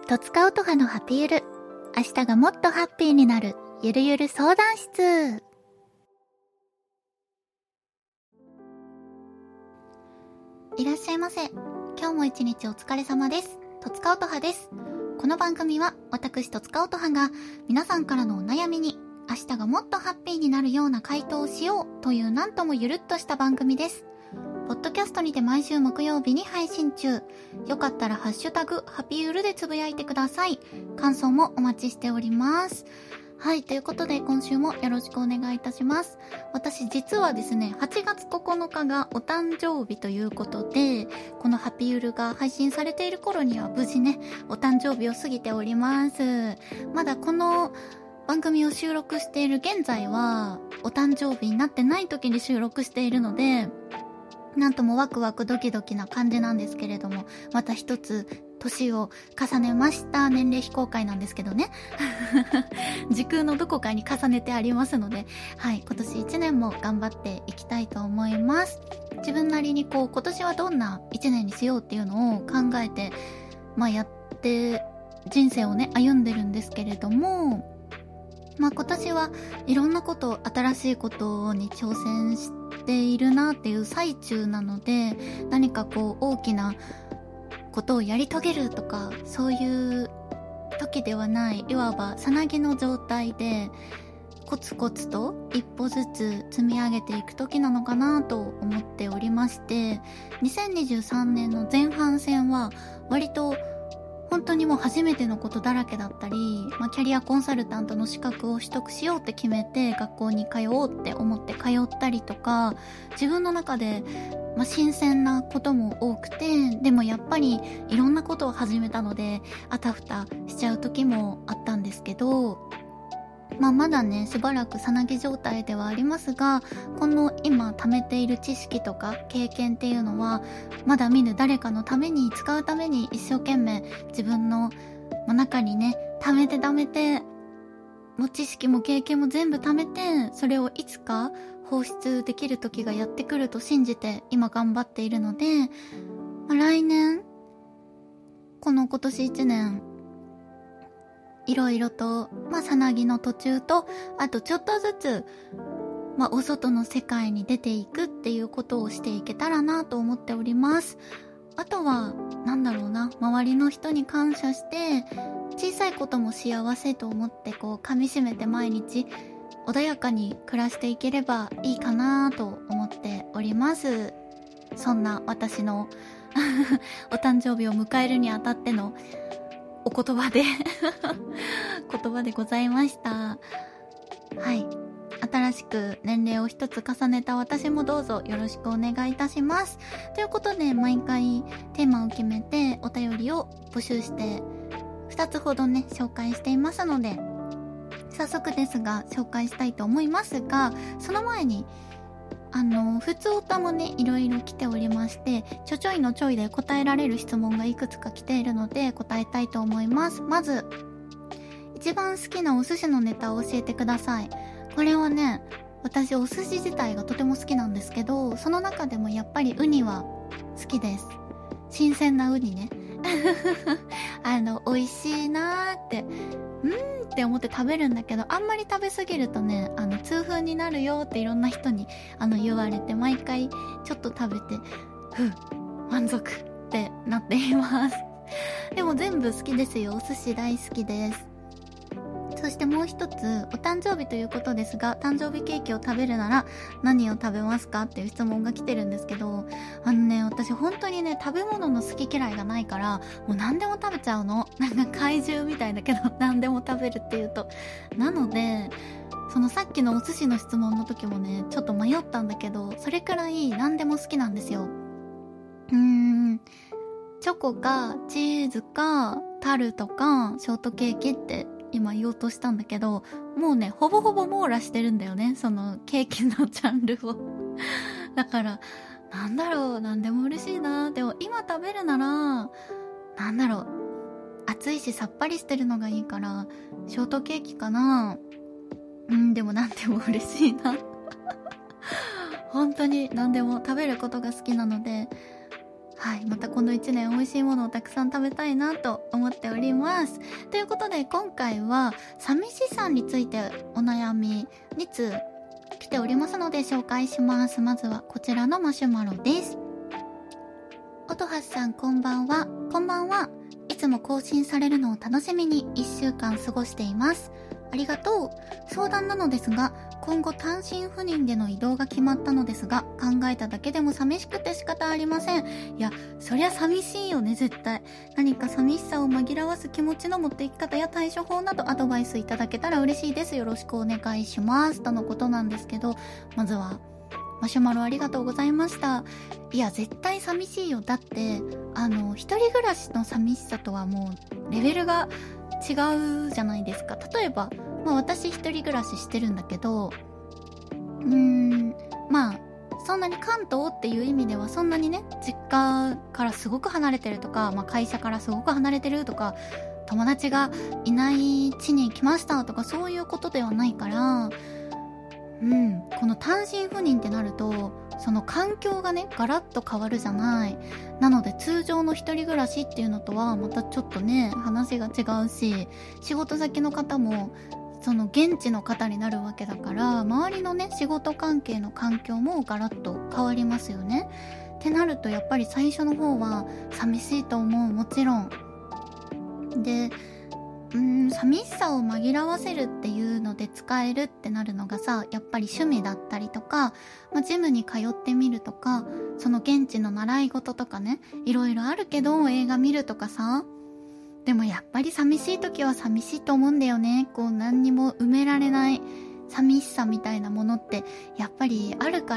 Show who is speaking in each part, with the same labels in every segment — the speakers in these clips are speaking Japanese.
Speaker 1: とつかうとはのハピゆる。明日がもっとハッピーになるゆるゆる相談室。いらっしゃいませ。今日も一日お疲れ様です。とつかうとはです。この番組は私とつかうとはが皆さんからのお悩みに明日がもっとハッピーになるような回答をしようというなんともゆるっとした番組です。ポッドキャストにて毎週木曜日に配信中。よかったらハッシュタグハピユルでつぶやいてください。感想もお待ちしております。はい、ということで今週もよろしくお願いいたします。私実はですね、8月9日がお誕生日ということで、このハピユルが配信されている頃には無事ね、お誕生日を過ぎております。まだこの番組を収録している現在はお誕生日になってない時に収録しているので、なんともワクワクドキドキな感じなんですけれども、また一つ年を重ねました。年齢非公開なんですけどね時空のどこかに重ねてありますので、はい、今年1年も頑張っていきたいと思います。自分なりに今年はどんな1年にしようっていうのを考えてやって人生をね歩んでるんですけれども、今年はいろんなこと、新しいことに挑戦しているなっていう最中なので、何か大きなことをやり遂げるとかそういう時ではない、いわばさなぎの状態でコツコツと一歩ずつ積み上げていく時なのかなと思っておりまして、2023年の前半戦は割と本当にもう初めてのことだらけだったり、キャリアコンサルタントの資格を取得しようって決めて学校に通おうって思って通ったりとか、自分の中で新鮮なことも多くて、でもやっぱりいろんなことを始めたのであたふたしちゃう時もあったんですけど、まだねしばらくさなぎ状態ではありますが、この今貯めている知識とか経験っていうのはまだ見ぬ誰かのために使うために一生懸命自分の中にね貯めてもう知識も経験も全部貯めて、それをいつか放出できる時がやってくると信じて今頑張っているので、来年今年1年いろいろとさなぎの途中と、あとちょっとずつお外の世界に出ていくっていうことをしていけたらなと思っております。あとは周りの人に感謝して、小さいことも幸せと思って噛み締めて毎日穏やかに暮らしていければいいかなと思っております。そんな私のお誕生日を迎えるにあたってのお言葉で言葉でございました。はい、新しく年齢を一つ重ねた私もどうぞよろしくお願いいたします。ということで、毎回テーマを決めてお便りを募集して2つほどね紹介していますので、早速ですが紹介したいと思いますが、その前に普通歌もねいろいろ来ておりまして、ちょいのちょいで答えられる質問がいくつか来ているので答えたいと思います。まず、一番好きなお寿司のネタを教えてください。これはね、私お寿司自体がとても好きなんですけど、その中でもやっぱりウニは好きです。新鮮なウニね美味しいなーってって思って食べるんだけど、あんまり食べ過ぎるとね痛風になるよっていろんな人に言われて、毎回ちょっと食べて満足ってなっていますでも全部好きですよ。お寿司大好きです。そしてもう一つ、お誕生日ということですが、誕生日ケーキを食べるなら何を食べますかっていう質問が来てるんですけど、私本当にね食べ物の好き嫌いがないから、もう何でも食べちゃうの。怪獣みたいだけど何でも食べるっていうと、なのでさっきのお寿司の質問の時もねちょっと迷ったんだけど、それくらい何でも好きなんですよ。チョコかチーズかタルトかショートケーキって今言おうとしたんだけど、もうねほぼほぼ網羅してるんだよね、そのケーキのジャンルをだから何でも嬉しいな。でも今食べるなら暑いしさっぱりしてるのがいいからショートケーキかな。でも何でも嬉しいな本当に何でも食べることが好きなので、 はい、またこの1年美味しいものをたくさん食べたいなと思っております。ということで今回は寂しさについてお悩み2通来ておりますので紹介します。まずはこちらのマシュマロです。音橋さん、こんばんは。こんばんは。いつも更新されるのを楽しみに1週間過ごしています。ありがとう。相談なのですが、今後単身赴任での移動が決まったのですが、考えただけでも寂しくて仕方ありません。いや、そりゃ寂しいよね、絶対。何か寂しさを紛らわす気持ちの持っていき方や対処法などアドバイスいただけたら嬉しいです。よろしくお願いします。とのことなんですけど、まずはマシュマロありがとうございました。いや、絶対寂しいよ。だって、一人暮らしの寂しさとはもう、レベルが違うじゃないですか。例えば、私一人暮らししてるんだけど、そんなに関東っていう意味ではそんなにね、実家からすごく離れてるとか、会社からすごく離れてるとか、友達がいない地に来ましたとか、そういうことではないから、この単身赴任ってなると、その環境がね、ガラッと変わるじゃない。なので通常の一人暮らしっていうのとはまたちょっとね、話が違うし、仕事先の方もその現地の方になるわけだから、周りのね、仕事関係の環境もガラッと変わりますよね。ってなるとやっぱり最初の方は寂しいと思う。もちろん。で、寂しさを紛らわせるっていうので使えるってなるのがさ、やっぱり趣味だったりとか、ジムに通ってみるとか、その現地の習い事とかね、いろいろあるけど映画見るとかさ。でもやっぱり寂しい時は寂しいと思うんだよね。こう何にも埋められない寂しさみたいなものってやっぱりあるから、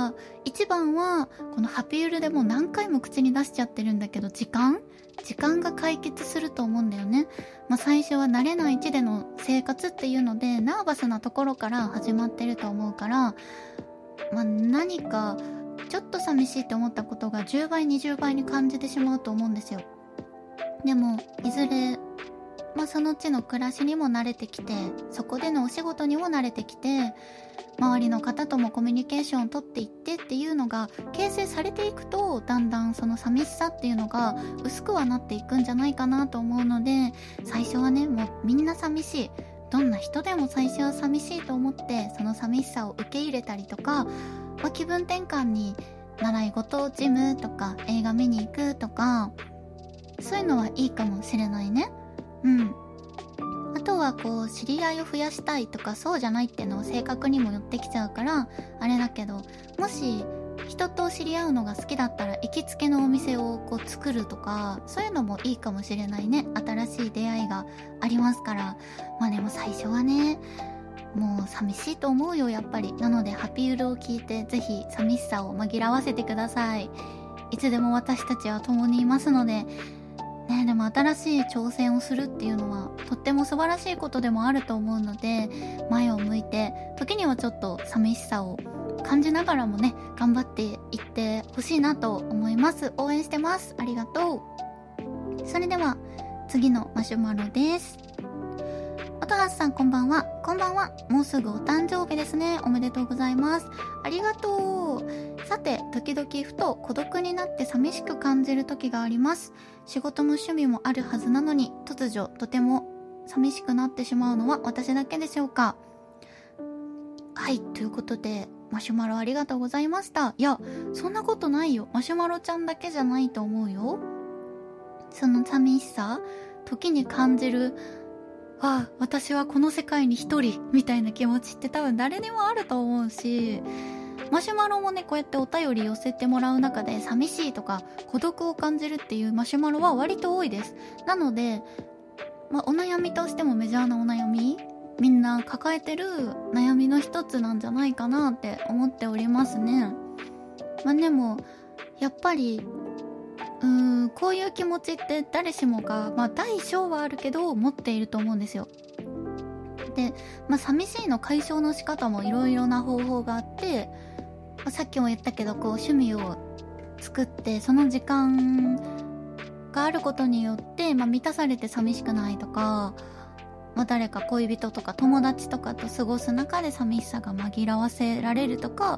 Speaker 1: 一番はこのハピウルでも何回も口に出しちゃってるんだけど、時間が解決すると思うんだよね。最初は慣れない地での生活っていうのでナーバスなところから始まってると思うから、何かちょっと寂しいって思ったことが10倍20倍に感じてしまうと思うんですよ。でもいずれその地の暮らしにも慣れてきて、そこでのお仕事にも慣れてきて、周りの方ともコミュニケーションをとっていってっていうのが形成されていくと、だんだんその寂しさっていうのが薄くはなっていくんじゃないかなと思うので、最初はね、もうみんな寂しい。どんな人でも最初は寂しいと思って、その寂しさを受け入れたりとか、気分転換に習い事、ジムとか映画見に行くとか、そういうのはいいかもしれないね。あとは知り合いを増やしたいとか、そうじゃないっていうのは性格にも寄ってきちゃうからあれだけど、もし人と知り合うのが好きだったら行きつけのお店を作るとか、そういうのもいいかもしれないね。新しい出会いがありますから。でも最初はね、もう寂しいと思うよ、やっぱり。なのでハピウルを聞いて、ぜひ寂しさを紛らわせてください。いつでも私たちは共にいますのでね。でも新しい挑戦をするっていうのはとっても素晴らしいことでもあると思うので、前を向いて、時にはちょっと寂しさを感じながらもね、頑張っていってほしいなと思います。応援してます。ありがとう。それでは次のマシュマロです。音橋さん、こんばんは。こんばんは。もうすぐお誕生日ですね。おめでとうございます。ありがとう。さて、時々ふと孤独になって寂しく感じる時があります。仕事も趣味もあるはずなのに、突如とても寂しくなってしまうのは私だけでしょうか。はい、ということでマシュマロありがとうございました。いや、そんなことないよ。マシュマロちゃんだけじゃないと思うよ。その寂しさ、時に感じる、私はこの世界に一人みたいな気持ちって多分誰にもあると思うし、マシュマロもね、こうやってお便り寄せてもらう中で寂しいとか孤独を感じるっていうマシュマロは割と多いです。なので、お悩みとしてもメジャーなお悩み、みんな抱えてる悩みの一つなんじゃないかなって思っておりますね。でもやっぱりこういう気持ちって誰しもが、大小はあるけど持っていると思うんですよ。で、寂しいの解消の仕方もいろいろな方法があって、さっきも言ったけど、趣味を作ってその時間があることによって、満たされて寂しくないとか、誰か恋人とか友達とかと過ごす中で寂しさが紛らわせられるとか、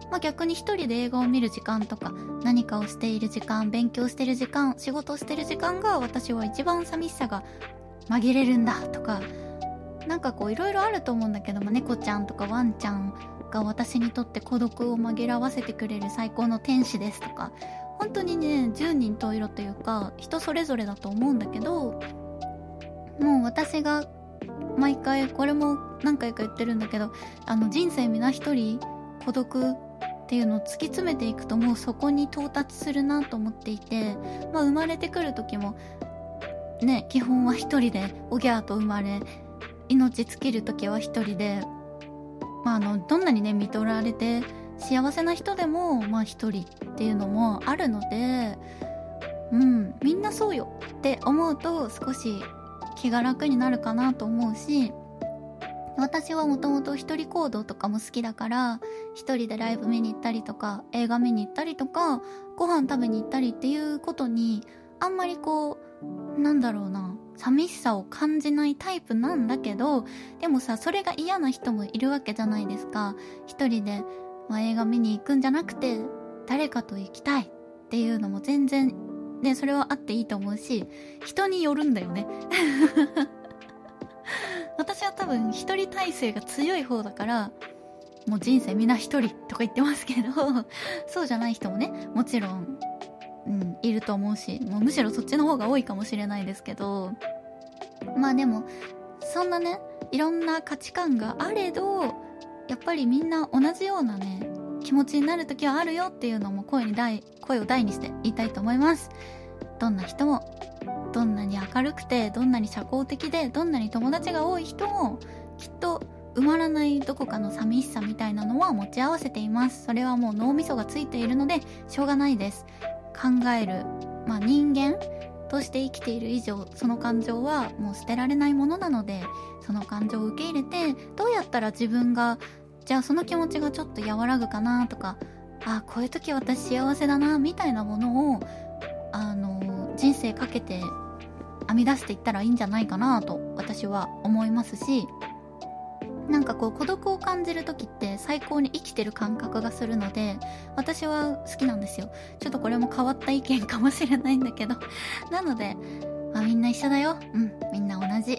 Speaker 1: 逆に一人で映画を見る時間とか、何かをしている時間、勉強してる時間、仕事をしてる時間が私は一番寂しさが紛れるんだとか、なんかこういろいろあると思うんだけども、猫ちゃんとかワンちゃんが私にとって孤独を紛らわせてくれる最高の天使ですとか、本当にね、十人十色というか人それぞれだと思うんだけど、もう私が毎回これも何回か言ってるんだけど、人生皆一人孤独っていうのを突き詰めていくと、もうそこに到達するなと思っていて、生まれてくる時もね、基本は一人でおぎゃーと生まれ、命尽きる時は一人で、どんなにね見とられて幸せな人でも一人っていうのもあるので、みんなそうよって思うと少し気が楽になるかなと思うし、私はもともと一人行動とかも好きだから、一人でライブ見に行ったりとか映画見に行ったりとかご飯食べに行ったりっていうことにあんまり寂しさを感じないタイプなんだけど、でもさ、それが嫌な人もいるわけじゃないですか。一人で、映画見に行くんじゃなくて誰かと行きたいっていうのも全然ね、それはあっていいと思うし、人によるんだよね私は多分一人体制が強い方だから、もう人生みんな一人とか言ってますけどそうじゃない人もね、もちろんいると思うし、もうむしろそっちの方が多いかもしれないですけど、でもそんなね、いろんな価値観があれど、やっぱりみんな同じようなね気持ちになる時はあるよっていうのも声を大にして言いたいと思います。どんな人も、どんなに明るくて、どんなに社交的で、どんなに友達が多い人も、きっと埋まらないどこかの寂しさみたいなのは持ち合わせています。それはもう脳みそがついているのでしょうがないです。考える、人間として生きている以上、その感情はもう捨てられないものなので、その感情を受け入れて、どうやったら自分がじゃあその気持ちがちょっと和らぐかなとか、こういう時私幸せだなみたいなものを人生かけて編み出していったらいいんじゃないかなと私は思いますし、孤独を感じる時って最高に生きてる感覚がするので、私は好きなんですよ。ちょっとこれも変わった意見かもしれないんだけどなので、みんな一緒だよ、みんな同じ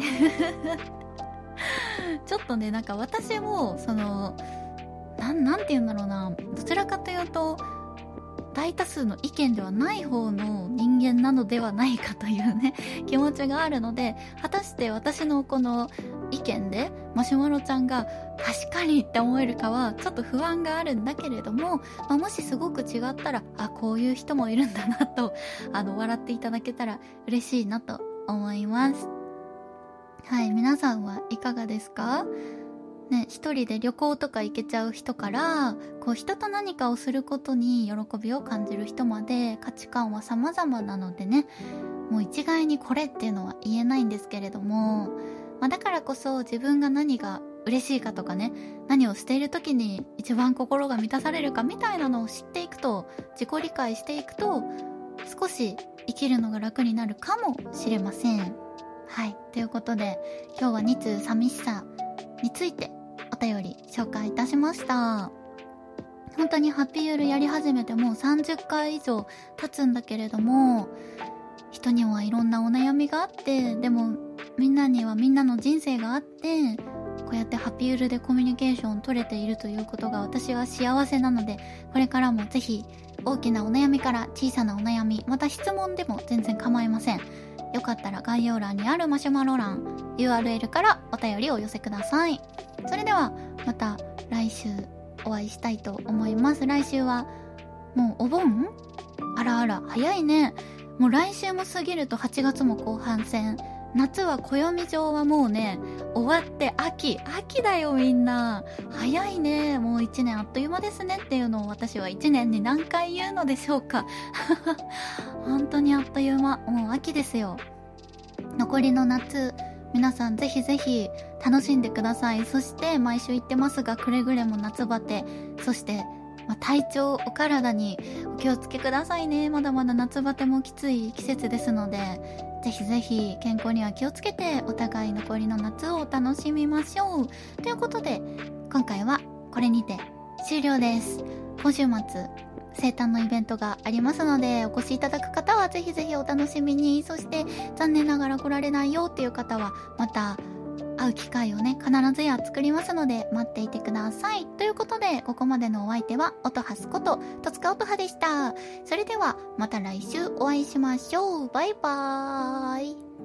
Speaker 1: ちょっとね、私もなんて言うんだろうな、どちらかというと大多数の意見ではない方の人間なのではないかというね気持ちがあるので、果たして私のこの意見でマシュマロちゃんが確かにって思えるかはちょっと不安があるんだけれども、もしすごく違ったらこういう人もいるんだなと笑っていただけたら嬉しいなと思います。はい、皆さんはいかがですかね。一人で旅行とか行けちゃう人から、人と何かをすることに喜びを感じる人まで、価値観は様々なのでね、もう一概にこれっていうのは言えないんですけれども、だからこそ自分が何が嬉しいかとかね、何をしている時に一番心が満たされるかみたいなのを知っていくと、自己理解していくと、少し生きるのが楽になるかもしれません。はい、ということで今日は2通寂しさについてお便り紹介いたしました。本当にハッピーユールやり始めてもう30回以上経つんだけれども、人にはいろんなお悩みがあって、でもみんなにはみんなの人生があって、こうやってハッピーユールでコミュニケーションを取れているということが私は幸せなので、これからもぜひ大きなお悩みから小さなお悩み、また質問でも全然構いません。よかったら概要欄にあるマシュマロ欄 URL からお便りをお寄せください。それではまた来週お会いしたいと思います。来週はもうお盆？あらあら早いね。もう来週も過ぎると8月も後半戦、夏は暦上はもうね終わって秋だよ。みんな早いね。もう1年あっという間ですねっていうのを私は1年に何回言うのでしょうか本当にあっという間、もう秋ですよ。残りの夏、皆さんぜひぜひ楽しんでください。そして毎週言ってますが、くれぐれも夏バテ、そして体調、お体にお気をつけくださいね。まだまだ夏バテもきつい季節ですので、ぜひぜひ健康には気をつけて、お互い残りの夏を楽しみましょう。ということで今回はこれにて終了です。今週末生誕のイベントがありますので、お越しいただく方はぜひぜひお楽しみに。そして残念ながら来られないよっていう方はまた会う機会をね、必ずや作りますので待っていてください。ということで、ここまでのお相手は音はすこと戸塚音羽でした。それではまた来週お会いしましょう。バイバーイ。